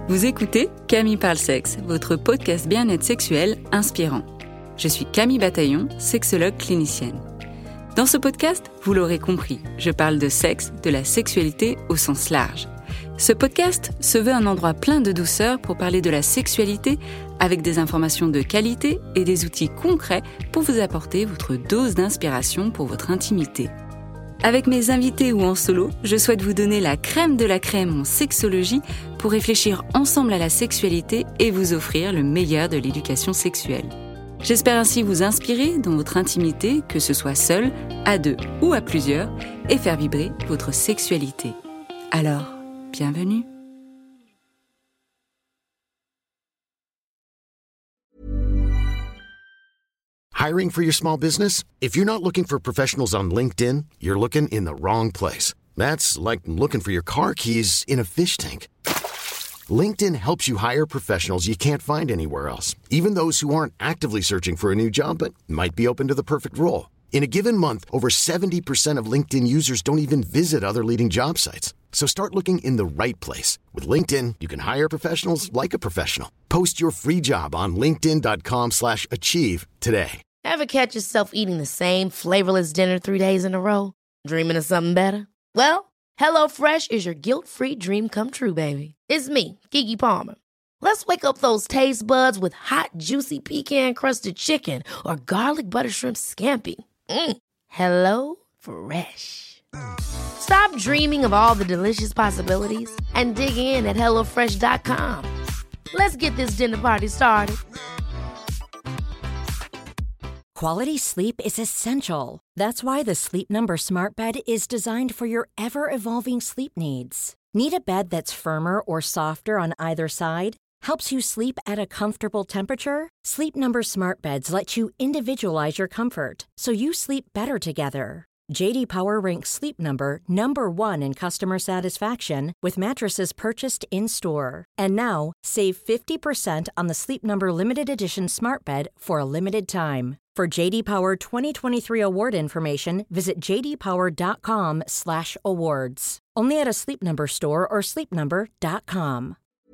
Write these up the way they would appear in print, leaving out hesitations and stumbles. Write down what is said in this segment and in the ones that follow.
Vous écoutez Camille parle sexe, votre podcast bien-être sexuel inspirant. Je suis Camille Bataillon, sexologue clinicienne. Dans ce podcast, vous l'aurez compris, je parle de sexe, de la sexualité au sens large. Ce podcast se veut un endroit plein de douceur pour parler de la sexualité avec des informations de qualité et des outils concrets pour vous apporter votre dose d'inspiration pour votre intimité. Avec mes invités ou en solo, je souhaite vous donner la crème de la crème en sexologie pour réfléchir ensemble à la sexualité et vous offrir le meilleur de l'éducation sexuelle. J'espère ainsi vous inspirer dans votre intimité, que ce soit seul, à deux ou à plusieurs, et faire vibrer votre sexualité. Alors, bienvenue. Hiring for your small business? If you're not looking for professionals on LinkedIn, you're looking in the wrong place. That's like looking for your car keys in a fish tank. LinkedIn helps you hire professionals you can't find anywhere else, even those who aren't actively searching for a new job but might be open to the perfect role. In a given month, over 70% of LinkedIn users don't even visit other leading job sites. So start looking in the right place. With LinkedIn, you can hire professionals like a professional. Post your free job on linkedin.com/achieve today. Ever catch yourself eating the same flavorless dinner 3 days in a row? Dreaming of something better? Well, HelloFresh is your guilt-free dream come true, baby. It's me, Keke Palmer. Let's wake up those taste buds with hot, juicy pecan-crusted chicken or garlic butter shrimp scampi. Hello Fresh. Stop dreaming of all the delicious possibilities and dig in at HelloFresh.com. Let's get this dinner party started. Quality sleep is essential. That's why the Sleep Number Smart Bed is designed for your ever-evolving sleep needs. Need a bed that's firmer or softer on either side? Helps you sleep at a comfortable temperature? Sleep Number Smart Beds let you individualize your comfort, so you sleep better together. J.D. Power ranks Sleep Number number 1 in customer satisfaction with mattresses purchased in-store. And now, save 50% on the Sleep Number Limited Edition Smart Bed for a limited time. For J.D. Power 2023 award information, visit jdpower.com/awards. Only at a Sleep Number store or sleepnumber.com.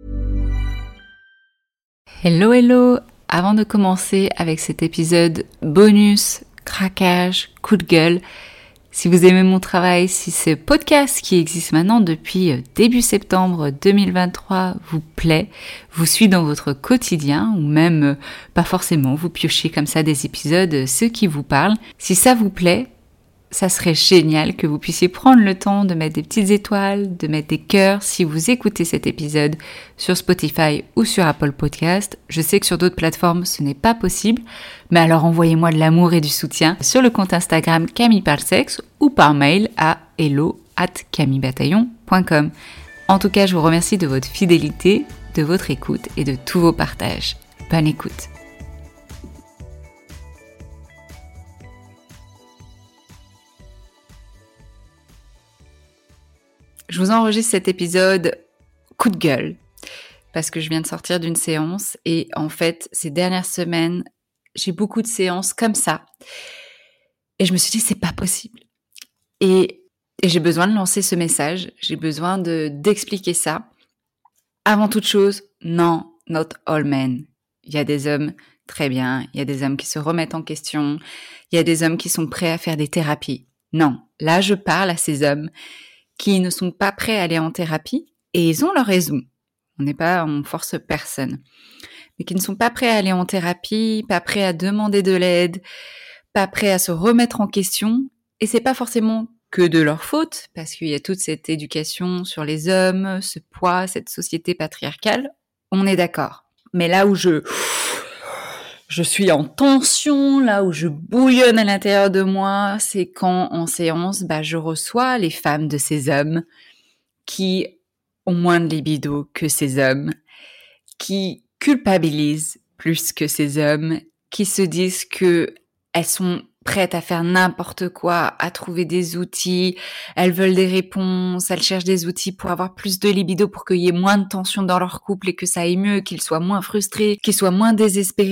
Hello, hello! Avant de commencer avec cet épisode bonus, craquage, coup de gueule, si vous aimez mon travail, si ce podcast qui existe maintenant depuis début septembre 2023 vous plaît, vous suit dans votre quotidien ou même pas forcément, vous piochez comme ça des épisodes, ceux qui vous parlent. Si ça vous plaît, ça serait génial que vous puissiez prendre le temps de mettre des petites étoiles, de mettre des cœurs si vous écoutez cet épisode sur Spotify ou sur Apple Podcast. Je sais que sur d'autres plateformes, ce n'est pas possible, mais alors envoyez-moi de l'amour et du soutien sur le compte Instagram Camille parle sexe ou par mail à hello@camillebataillon.com. En tout cas, je vous remercie de votre fidélité, de votre écoute et de tous vos partages. Bonne écoute. Je vous enregistre cet épisode coup de gueule parce que je viens de sortir d'une séance et en fait, ces dernières semaines, j'ai beaucoup de séances comme ça. Et je me suis dit, c'est pas possible. Et j'ai besoin de lancer ce message, j'ai besoin d'expliquer ça. Avant toute chose, non, not all men. Il y a des hommes très bien, il y a des hommes qui se remettent en question, il y a des hommes qui sont prêts à faire des thérapies. Non, là je parle à ces hommes qui ne sont pas prêts à aller en thérapie, et ils ont leur raison. On force personne. Mais qui ne sont pas prêts à aller en thérapie, pas prêts à demander de l'aide, pas prêts à se remettre en question. Et c'est pas forcément que de leur faute, parce qu'il y a toute cette éducation sur les hommes, ce poids, cette société patriarcale. On est d'accord. Mais là où je suis en tension, là où je bouillonne à l'intérieur de moi, c'est quand en séance, je reçois les femmes de ces hommes qui ont moins de libido que ces hommes, qui culpabilisent plus que ces hommes, qui se disent que elles sont prêtes à faire n'importe quoi, à trouver des outils, elles veulent des réponses, elles cherchent des outils pour avoir plus de libido, pour qu'il y ait moins de tension dans leur couple et que ça aille mieux, qu'ils soient moins frustrés, qu'ils soient moins désespérés.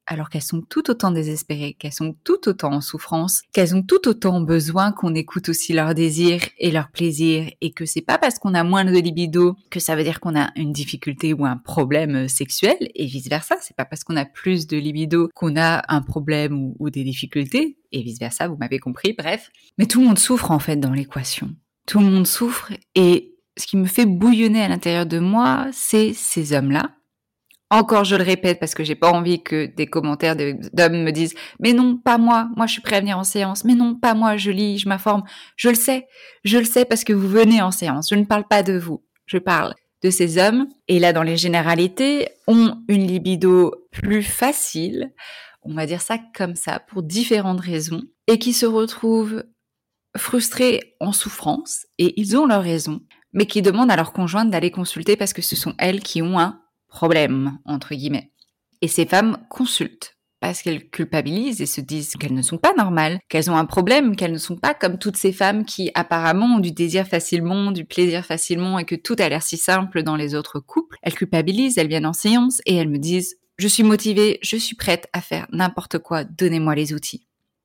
alors qu'elles sont tout autant désespérées, qu'elles sont tout autant en souffrance, qu'elles ont tout autant besoin qu'on écoute aussi leurs désirs et leurs plaisirs, et que c'est pas parce qu'on a moins de libido que ça veut dire qu'on a une difficulté ou un problème sexuel, et vice versa. C'est pas parce qu'on a plus de libido qu'on a un problème ou des difficultés, et vice versa, vous m'avez compris, bref. Mais tout le monde souffre en fait dans l'équation. Tout le monde souffre, et ce qui me fait bouillonner à l'intérieur de moi, c'est ces hommes-là. Encore, je le répète parce que j'ai pas envie que des commentaires d'hommes me disent « Mais non, pas moi, moi je suis prêt à venir en séance. Mais non, pas moi, je lis, je m'informe. » Je le sais parce que vous venez en séance. Je ne parle pas de vous, je parle de ces hommes. Et là, dans les généralités, ont une libido plus facile, on va dire ça comme ça, pour différentes raisons, et qui se retrouvent frustrés, en souffrance, et ils ont leur raison, mais qui demandent à leur conjointe d'aller consulter parce que ce sont elles qui ont un problème, entre guillemets. Et ces femmes consultent parce qu'elles culpabilisent et se disent qu'elles ne sont pas normales, qu'elles ont un problème, qu'elles ne sont pas comme toutes ces femmes qui apparemment ont du désir facilement, du plaisir facilement et que tout a l'air si simple dans les autres couples. Elles culpabilisent, elles viennent en séance et elles me disent « Je suis motivée, je suis prête à faire n'importe quoi, donnez-moi les outils ».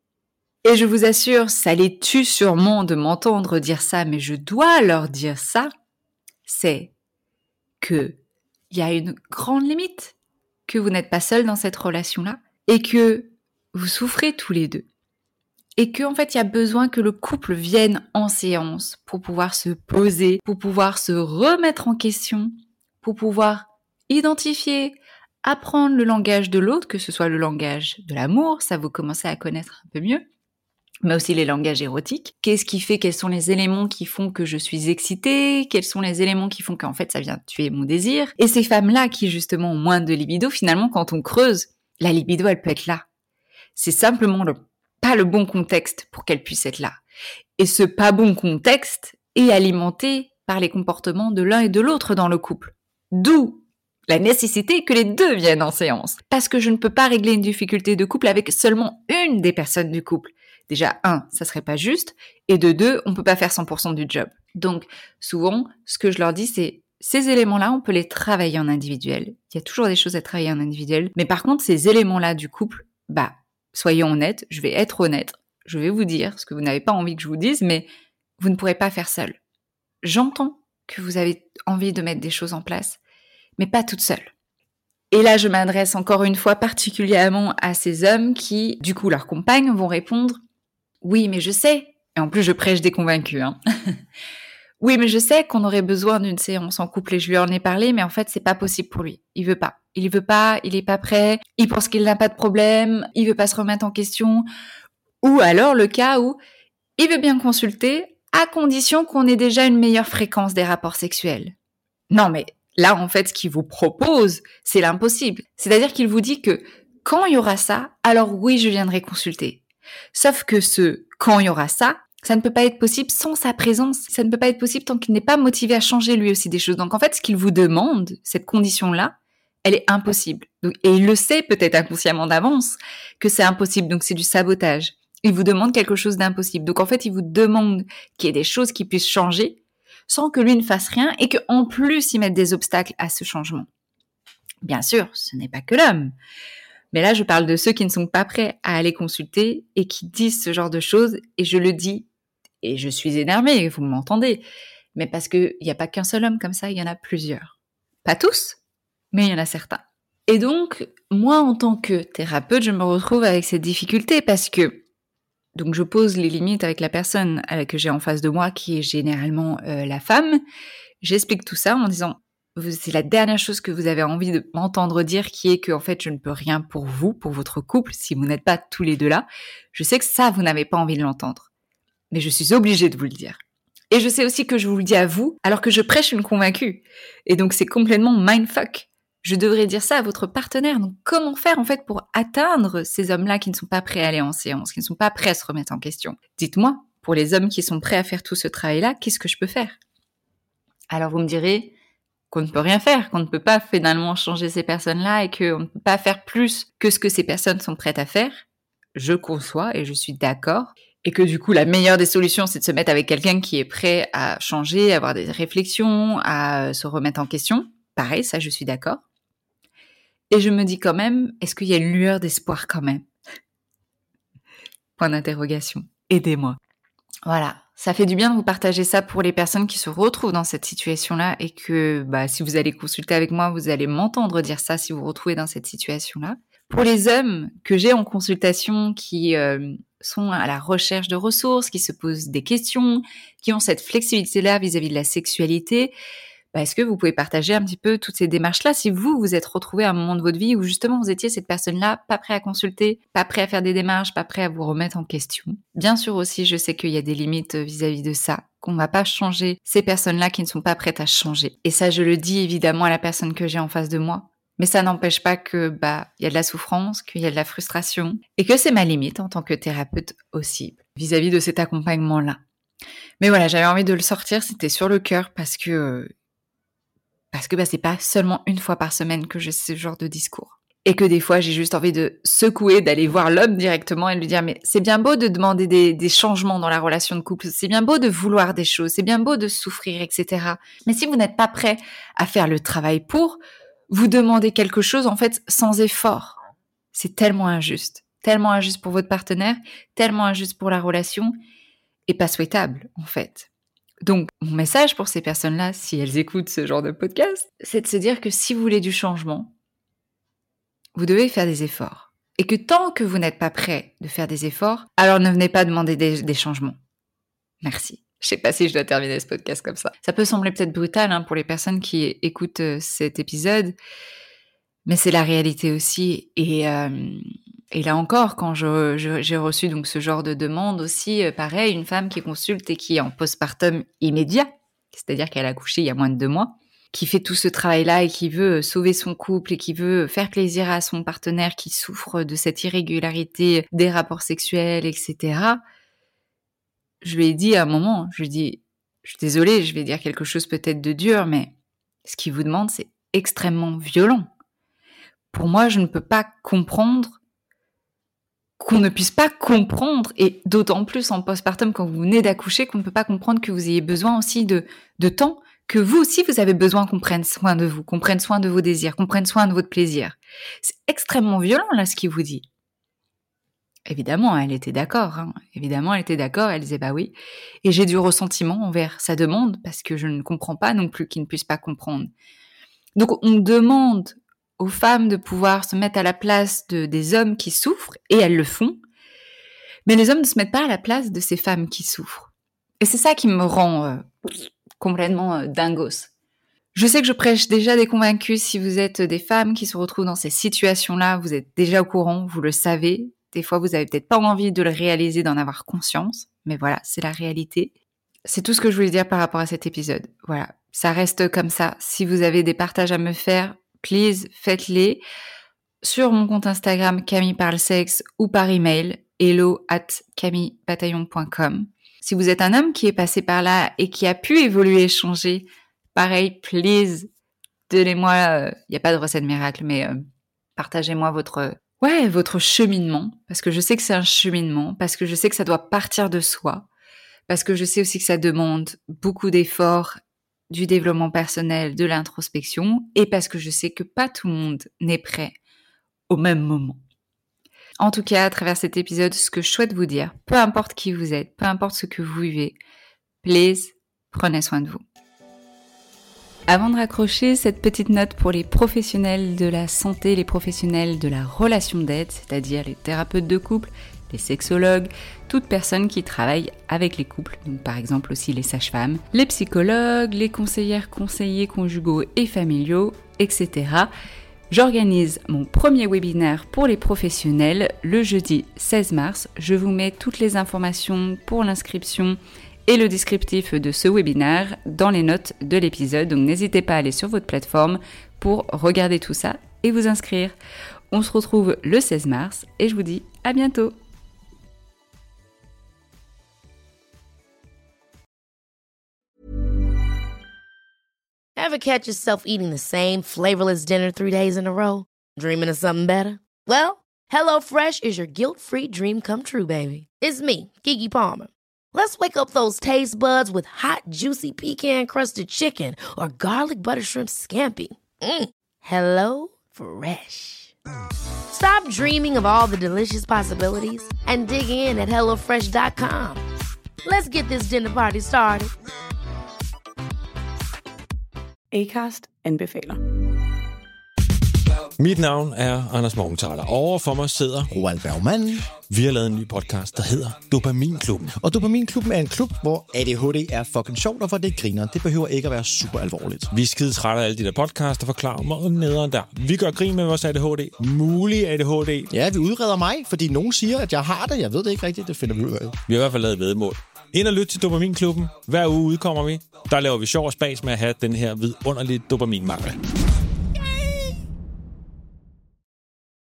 Et je vous assure, ça les tue sûrement de m'entendre dire ça, mais je dois leur dire ça, c'est que il y a une grande limite, que vous n'êtes pas seul dans cette relation-là, et que vous souffrez tous les deux. Et qu'en fait, il y a besoin que le couple vienne en séance pour pouvoir se poser, pour pouvoir se remettre en question, pour pouvoir identifier, apprendre le langage de l'autre, que ce soit le langage de l'amour, ça vous commencez à connaître un peu mieux, mais aussi les langages érotiques. Qu'est-ce qui fait, quels sont les éléments qui font que je suis excitée, quels sont les éléments qui font qu'en fait ça vient tuer mon désir. Et ces femmes-là qui justement ont moins de libido, finalement quand on creuse, la libido elle peut être là. C'est simplement pas le bon contexte pour qu'elle puisse être là. Et ce pas bon contexte est alimenté par les comportements de l'un et de l'autre dans le couple. D'où la nécessité que les deux viennent en séance. Parce que je ne peux pas régler une difficulté de couple avec seulement une des personnes du couple. Déjà, 1, ça serait pas juste, et de 2, on peut pas faire 100% du job. Donc, souvent, ce que je leur dis, c'est ces éléments-là, on peut les travailler en individuel. Il y a toujours des choses à travailler en individuel. Mais par contre, ces éléments-là du couple, soyons honnêtes, je vais être honnête, je vais vous dire ce que vous n'avez pas envie que je vous dise, mais vous ne pourrez pas faire seul. J'entends que vous avez envie de mettre des choses en place, mais pas toute seule. Et là, je m'adresse encore une fois particulièrement à ces hommes qui, du coup, leurs compagnes vont répondre « Oui, mais je sais ». Et en plus, je prêche des convaincus. Oui, mais je sais qu'on aurait besoin d'une séance en couple et je lui en ai parlé, mais en fait, c'est pas possible pour lui. Il veut pas, il est pas prêt, il pense qu'il n'a pas de problème, il veut pas se remettre en question. Ou alors le cas où il veut bien consulter à condition qu'on ait déjà une meilleure fréquence des rapports sexuels. Non, mais là, en fait, ce qu'il vous propose, c'est l'impossible. C'est-à-dire qu'il vous dit que quand il y aura ça, alors oui, je viendrai consulter. Sauf que quand il y aura ça ne peut pas être possible sans sa présence. Ça ne peut pas être possible tant qu'il n'est pas motivé à changer lui aussi des choses. Donc en fait, ce qu'il vous demande, cette condition-là, elle est impossible. Et il le sait peut-être inconsciemment d'avance que c'est impossible. Donc c'est du sabotage. Il vous demande quelque chose d'impossible. Donc en fait, il vous demande qu'il y ait des choses qui puissent changer sans que lui ne fasse rien et qu'en plus, il mette des obstacles à ce changement. Bien sûr, ce n'est pas que l'homme. Mais là, je parle de ceux qui ne sont pas prêts à aller consulter et qui disent ce genre de choses. Et je le dis, et je suis énervée, vous m'entendez. Mais parce qu'il n'y a pas qu'un seul homme comme ça, il y en a plusieurs. Pas tous, mais il y en a certains. Et donc, moi, en tant que thérapeute, je me retrouve avec cette difficulté parce que donc je pose les limites avec la personne que j'ai en face de moi, qui est généralement la femme. J'explique tout ça en disant c'est la dernière chose que vous avez envie de m'entendre dire, qui est que en fait je ne peux rien pour vous, pour votre couple, si vous n'êtes pas tous les deux là. Je sais que ça, vous n'avez pas envie de l'entendre, mais je suis obligée de vous le dire. Et je sais aussi que je vous le dis à vous, alors que je prêche une convaincue. Et donc c'est complètement mindfuck. Je devrais dire ça à votre partenaire. Donc comment faire en fait pour atteindre ces hommes-là qui ne sont pas prêts à aller en séance, qui ne sont pas prêts à se remettre en question? Dites-moi, pour les hommes qui sont prêts à faire tout ce travail-là, qu'est-ce que je peux faire? Alors vous me direz qu'on ne peut rien faire, qu'on ne peut pas finalement changer ces personnes-là et qu'on ne peut pas faire plus que ce que ces personnes sont prêtes à faire. Je conçois et je suis d'accord. Et que du coup, la meilleure des solutions, c'est de se mettre avec quelqu'un qui est prêt à changer, à avoir des réflexions, à se remettre en question. Pareil, ça, je suis d'accord. Et je me dis quand même, est-ce qu'il y a une lueur d'espoir quand même ? Point d'interrogation. Aidez-moi. Voilà. Ça fait du bien de vous partager ça pour les personnes qui se retrouvent dans cette situation-là et que si vous allez consulter avec moi, vous allez m'entendre dire ça si vous vous retrouvez dans cette situation-là. Pour les hommes que j'ai en consultation qui sont à la recherche de ressources, qui se posent des questions, qui ont cette flexibilité-là vis-à-vis de la sexualité, est-ce que vous pouvez partager un petit peu toutes ces démarches-là si vous vous êtes retrouvé à un moment de votre vie où justement vous étiez cette personne-là, pas prêt à consulter, pas prêt à faire des démarches, pas prêt à vous remettre en question. Bien sûr aussi, je sais qu'il y a des limites vis-à-vis de ça, qu'on ne va pas changer ces personnes-là qui ne sont pas prêtes à changer. Et ça, je le dis évidemment à la personne que j'ai en face de moi. Mais ça n'empêche pas que il y a de la souffrance, qu'il y a de la frustration et que c'est ma limite en tant que thérapeute aussi vis-à-vis de cet accompagnement-là. Mais voilà, j'avais envie de le sortir, c'était sur le cœur parce que c'est pas seulement une fois par semaine que j'ai ce genre de discours. Et que des fois, j'ai juste envie de secouer, d'aller voir l'homme directement et lui dire « Mais c'est bien beau de demander des changements dans la relation de couple, c'est bien beau de vouloir des choses, c'est bien beau de souffrir, etc. Mais si vous n'êtes pas prêt à faire le travail pour, vous demandez quelque chose en fait sans effort. C'est tellement injuste pour votre partenaire, tellement injuste pour la relation et pas souhaitable en fait. » Donc, mon message pour ces personnes-là, si elles écoutent ce genre de podcast, c'est de se dire que si vous voulez du changement, vous devez faire des efforts. Et que tant que vous n'êtes pas prêt de faire des efforts, alors ne venez pas demander des changements. Merci. Je sais pas si je dois terminer ce podcast comme ça. Ça peut sembler peut-être brutal pour les personnes qui écoutent cet épisode, mais c'est la réalité aussi. Et là encore, quand j'ai reçu donc ce genre de demande aussi, pareil, une femme qui consulte et qui est en postpartum immédiat, c'est-à-dire qu'elle a accouché il y a moins de 2 mois, qui fait tout ce travail-là et qui veut sauver son couple et qui veut faire plaisir à son partenaire qui souffre de cette irrégularité des rapports sexuels, etc. Je lui ai dit à un moment, je suis désolée, je vais dire quelque chose peut-être de dur, mais ce qu'il vous demande, c'est extrêmement violent. Pour moi, je ne peux pas comprendre qu'on ne puisse pas comprendre, et d'autant plus en postpartum quand vous venez d'accoucher, qu'on ne peut pas comprendre que vous ayez besoin aussi de temps, que vous aussi vous avez besoin qu'on prenne soin de vous, qu'on prenne soin de vos désirs, qu'on prenne soin de votre plaisir. C'est extrêmement violent là ce qu'il vous dit. Évidemment, elle était d'accord. Évidemment, elle était d'accord, elle disait oui. Et j'ai du ressentiment envers sa demande parce que je ne comprends pas non plus qu'il ne puisse pas comprendre. Donc on demande aux femmes de pouvoir se mettre à la place des hommes qui souffrent, et elles le font, mais les hommes ne se mettent pas à la place de ces femmes qui souffrent. Et c'est ça qui me rend complètement dingos. Je sais que je prêche déjà des convaincus. Si vous êtes des femmes qui se retrouvent dans ces situations-là, vous êtes déjà au courant, vous le savez. Des fois, vous avez peut-être pas envie de le réaliser, d'en avoir conscience, mais voilà, c'est la réalité. C'est tout ce que je voulais dire par rapport à cet épisode. Voilà, ça reste comme ça. Si vous avez des partages à me faire, please, faites-les sur mon compte Instagram Camille Parle Sexe ou par email hello@camillebataillon.com. Si vous êtes un homme qui est passé par là et qui a pu évoluer et changer, pareil, please, donnez-moi, il n'y a pas de recette miracle, mais partagez-moi votre cheminement, parce que je sais que c'est un cheminement, parce que je sais que ça doit partir de soi, parce que je sais aussi que ça demande beaucoup d'efforts, du développement personnel, de l'introspection, et parce que je sais que pas tout le monde n'est prêt au même moment. En tout cas, à travers cet épisode, ce que je souhaite vous dire, peu importe qui vous êtes, peu importe ce que vous vivez, please, prenez soin de vous. Avant de raccrocher, cette petite note pour les professionnels de la santé, les professionnels de la relation d'aide, c'est-à-dire les thérapeutes de couple, les sexologues, toute personne qui travaille avec les couples, donc par exemple aussi les sages-femmes, les psychologues, les conseillères, conseillers conjugaux et familiaux, etc. J'organise mon premier webinaire pour les professionnels le jeudi 16 mars. Je vous mets toutes les informations pour l'inscription et le descriptif de ce webinaire dans les notes de l'épisode. Donc n'hésitez pas à aller sur votre plateforme pour regarder tout ça et vous inscrire. On se retrouve le 16 mars et je vous dis à bientôt. Ever catch yourself eating the same flavorless dinner 3 days in a row? Dreaming of something better? Well, HelloFresh is your guilt-free dream come true, baby. It's me, Keke Palmer. Let's wake up those taste buds with hot, juicy pecan-crusted chicken or garlic butter shrimp scampi. Hello Fresh. Stop dreaming of all the delicious possibilities and dig in at HelloFresh.com. Let's get this dinner party started. Acast anbefaler. Mit navn er Anders Morgenthaler. Over for mig sidder Roald Bergmann. Vi har lavet en ny podcast, der hedder Dopaminklubben. Og Dopaminklubben er en klub, hvor ADHD er fucking sjovt, og hvor det griner. Det behøver ikke at være super alvorligt. Vi er skide trætte af alle de der podcasts, der forklarer mig nederen der. Vi gør grin med vores ADHD. Mulig ADHD. Ja, vi udreder mig, fordi nogen siger, at jeg har det. Jeg ved det ikke rigtigt, det finder vi ud af. Vi har i hvert fald lavet væddemål. Ind og lyt til Dopaminklubben. Hver uge udkommer vi. Der laver vi sjov og spas med at have den her vidunderlige dopaminmangel.